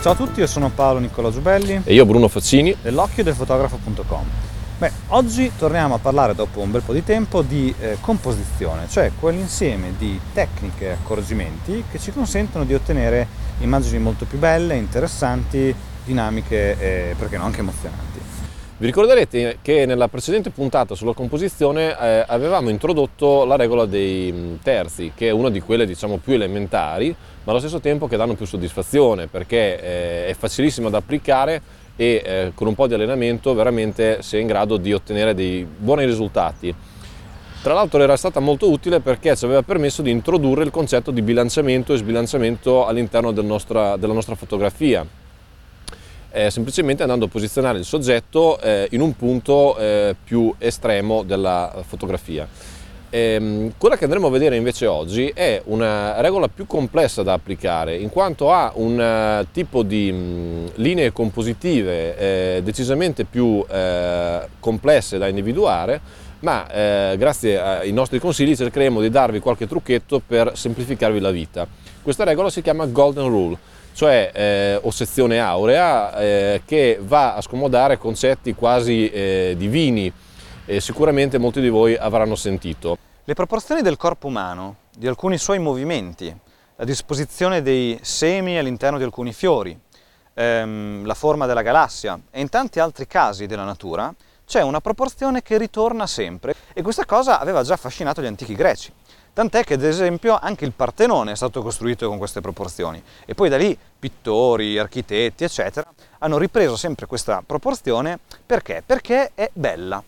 Ciao a tutti, io sono Paolo Nicola Giubelli e io Bruno Fazzini dell'occhiodelfotografo.com. Oggi torniamo a parlare dopo un bel po' di tempo di composizione, cioè quell'insieme di tecniche e accorgimenti che ci consentono di ottenere immagini molto più belle, interessanti, dinamiche e perché no anche emozionanti. Vi ricorderete che nella precedente puntata sulla composizione avevamo introdotto la regola dei terzi, che è una di quelle diciamo più elementari, ma allo stesso tempo che danno più soddisfazione, perché è facilissima da applicare e con un po' di allenamento veramente si è in grado di ottenere dei buoni risultati. Tra l'altro era stata molto utile perché ci aveva permesso di introdurre il concetto di bilanciamento e sbilanciamento all'interno della nostra fotografia. Semplicemente andando a posizionare il soggetto in un punto più estremo della fotografia. Quella che andremo a vedere invece oggi è una regola più complessa da applicare, in quanto ha un tipo di linee compositive decisamente più complesse da individuare, ma grazie ai nostri consigli cercheremo di darvi qualche trucchetto per semplificarvi la vita. Questa regola si chiama Golden Rule, cioè o sezione aurea, che va a scomodare concetti quasi divini e sicuramente molti di voi avranno sentito. Le proporzioni del corpo umano, di alcuni suoi movimenti, la disposizione dei semi all'interno di alcuni fiori, la forma della galassia e in tanti altri casi della natura c'è una proporzione che ritorna sempre e questa cosa aveva già affascinato gli antichi greci. Tant'è che ad esempio anche il Partenone è stato costruito con queste proporzioni e poi da lì pittori, architetti eccetera hanno ripreso sempre questa proporzione perché? Perché è bella,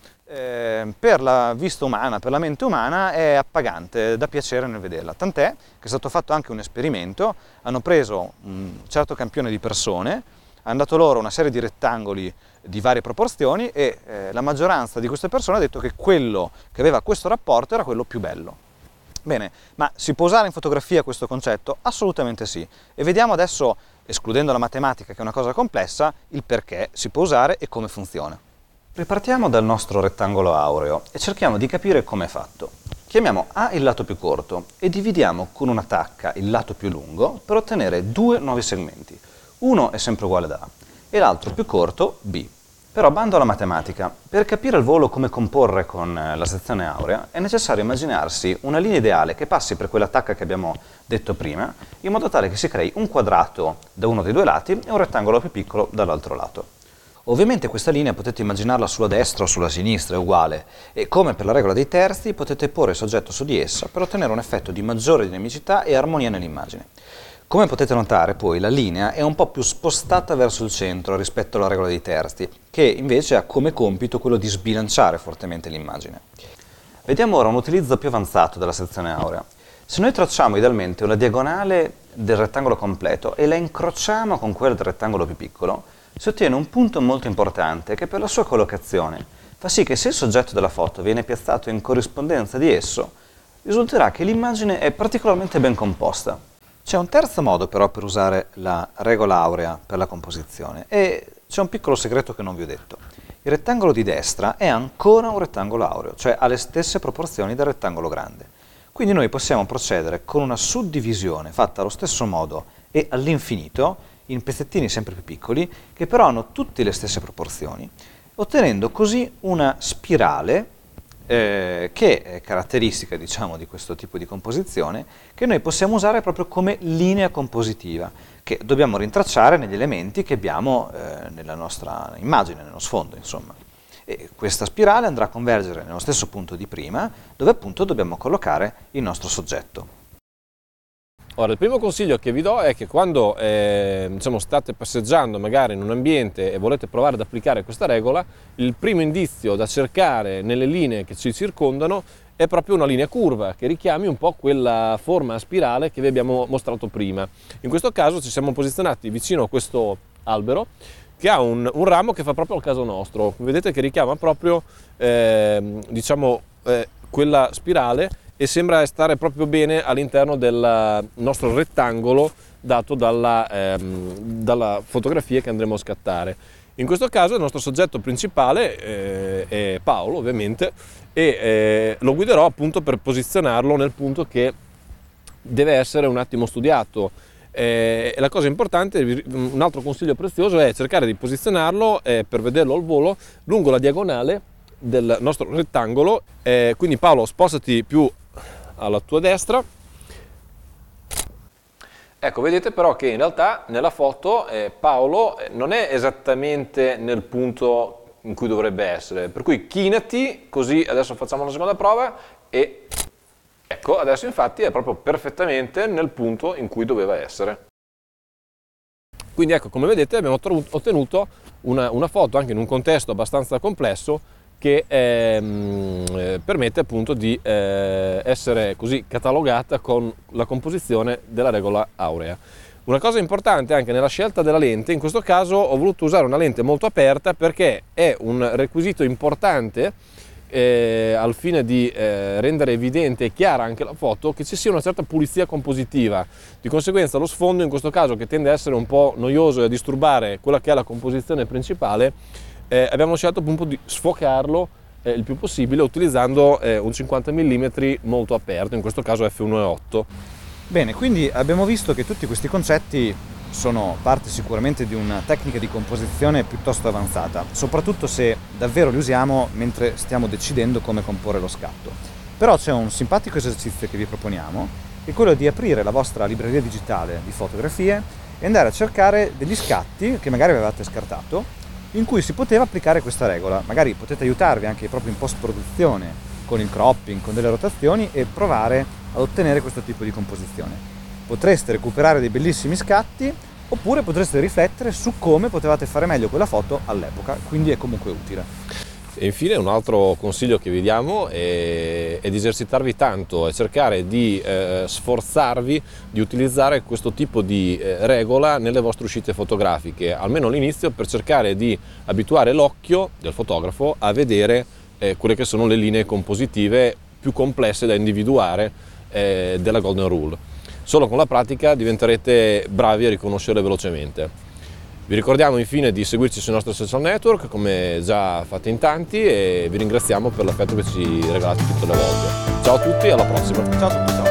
per la vista umana, per la mente umana è appagante, dà piacere nel vederla, tant'è che è stato fatto anche un esperimento, hanno preso un certo campione di persone, hanno dato loro una serie di rettangoli di varie proporzioni e la maggioranza di queste persone ha detto che quello che aveva questo rapporto era quello più bello. Bene, ma si può usare in fotografia questo concetto? Assolutamente sì. E vediamo adesso, escludendo la matematica che è una cosa complessa, il perché si può usare e come funziona. Ripartiamo dal nostro rettangolo aureo e cerchiamo di capire come è fatto. Chiamiamo A il lato più corto e dividiamo con una tacca il lato più lungo per ottenere due nuovi segmenti. Uno è sempre uguale ad A e l'altro più corto B. Però bando alla matematica, per capire al volo come comporre con la sezione aurea è necessario immaginarsi una linea ideale che passi per quella tacca che abbiamo detto prima, in modo tale che si crei un quadrato da uno dei due lati e un rettangolo più piccolo dall'altro lato. Ovviamente questa linea potete immaginarla sulla destra o sulla sinistra, è uguale, e come per la regola dei terzi potete porre il soggetto su di essa per ottenere un effetto di maggiore dinamicità e armonia nell'immagine. Come potete notare poi la linea è un po' più spostata verso il centro rispetto alla regola dei terzi, che invece ha come compito quello di sbilanciare fortemente l'immagine. Vediamo ora un utilizzo più avanzato della sezione aurea. Se noi tracciamo idealmente una diagonale del rettangolo completo e la incrociamo con quella del rettangolo più piccolo, si ottiene un punto molto importante che per la sua collocazione fa sì che se il soggetto della foto viene piazzato in corrispondenza di esso, risulterà che l'immagine è particolarmente ben composta. C'è un terzo modo però per usare la regola aurea per la composizione e c'è un piccolo segreto che non vi ho detto. Il rettangolo di destra è ancora un rettangolo aureo, cioè ha le stesse proporzioni del rettangolo grande. Quindi noi possiamo procedere con una suddivisione fatta allo stesso modo e all'infinito, in pezzettini sempre più piccoli, che però hanno tutte le stesse proporzioni, ottenendo così una spirale che è caratteristica diciamo di questo tipo di composizione che noi possiamo usare proprio come linea compositiva che dobbiamo rintracciare negli elementi che abbiamo nella nostra immagine, nello sfondo insomma. E questa spirale andrà a convergere nello stesso punto di prima dove appunto dobbiamo collocare il nostro soggetto. Ora, il primo consiglio che vi do è che quando state passeggiando magari in un ambiente e volete provare ad applicare questa regola, il primo indizio da cercare nelle linee che ci circondano è proprio una linea curva che richiami un po' quella forma a spirale che vi abbiamo mostrato prima. In questo caso ci siamo posizionati vicino a questo albero che ha un ramo che fa proprio al caso nostro. Vedete che richiama proprio quella spirale e sembra stare proprio bene all'interno del nostro rettangolo dato dalla fotografia che andremo a scattare. In questo caso il nostro soggetto principale è Paolo ovviamente e lo guiderò appunto per posizionarlo nel punto che deve essere un attimo studiato. E la cosa importante, un altro consiglio prezioso è cercare di posizionarlo per vederlo al volo lungo la diagonale del nostro rettangolo. Quindi Paolo, spostati più alla tua destra. Ecco, vedete però che in realtà nella foto Paolo non è esattamente nel punto in cui dovrebbe essere, per cui chinati, così adesso facciamo una seconda prova e ecco, adesso infatti è proprio perfettamente nel punto in cui doveva essere. Quindi ecco, come vedete abbiamo ottenuto una foto anche in un contesto abbastanza complesso che permette appunto di essere così catalogata con la composizione della regola aurea. Una cosa importante anche nella scelta della lente, in questo caso ho voluto usare una lente molto aperta perché è un requisito importante al fine di rendere evidente e chiara anche la foto che ci sia una certa pulizia compositiva. Di conseguenza lo sfondo in questo caso, che tende a essere un po' noioso e a disturbare quella che è la composizione principale, abbiamo scelto appunto di sfocarlo il più possibile utilizzando un 50 mm molto aperto, in questo caso f1.8. Bene, quindi abbiamo visto che tutti questi concetti sono parte sicuramente di una tecnica di composizione piuttosto avanzata, soprattutto se davvero li usiamo mentre stiamo decidendo come comporre lo scatto. Però c'è un simpatico esercizio che vi proponiamo, che è quello di aprire la vostra libreria digitale di fotografie e andare a cercare degli scatti che magari avevate scartato, in cui si poteva applicare questa regola. Magari potete aiutarvi anche proprio in post-produzione con il cropping, con delle rotazioni e provare ad ottenere questo tipo di composizione. Potreste recuperare dei bellissimi scatti oppure potreste riflettere su come potevate fare meglio quella foto all'epoca, quindi è comunque utile. E infine un altro consiglio che vi diamo è di esercitarvi tanto e cercare di sforzarvi di utilizzare questo tipo di regola nelle vostre uscite fotografiche, almeno all'inizio, per cercare di abituare l'occhio del fotografo a vedere quelle che sono le linee compositive più complesse da individuare della Golden Rule. Solo con la pratica diventerete bravi a riconoscerle velocemente. Vi ricordiamo infine di seguirci sui nostri social network, come già fate in tanti, e vi ringraziamo per l'affetto che ci regalate tutte le volte. Ciao a tutti e alla prossima! Ciao a tutti!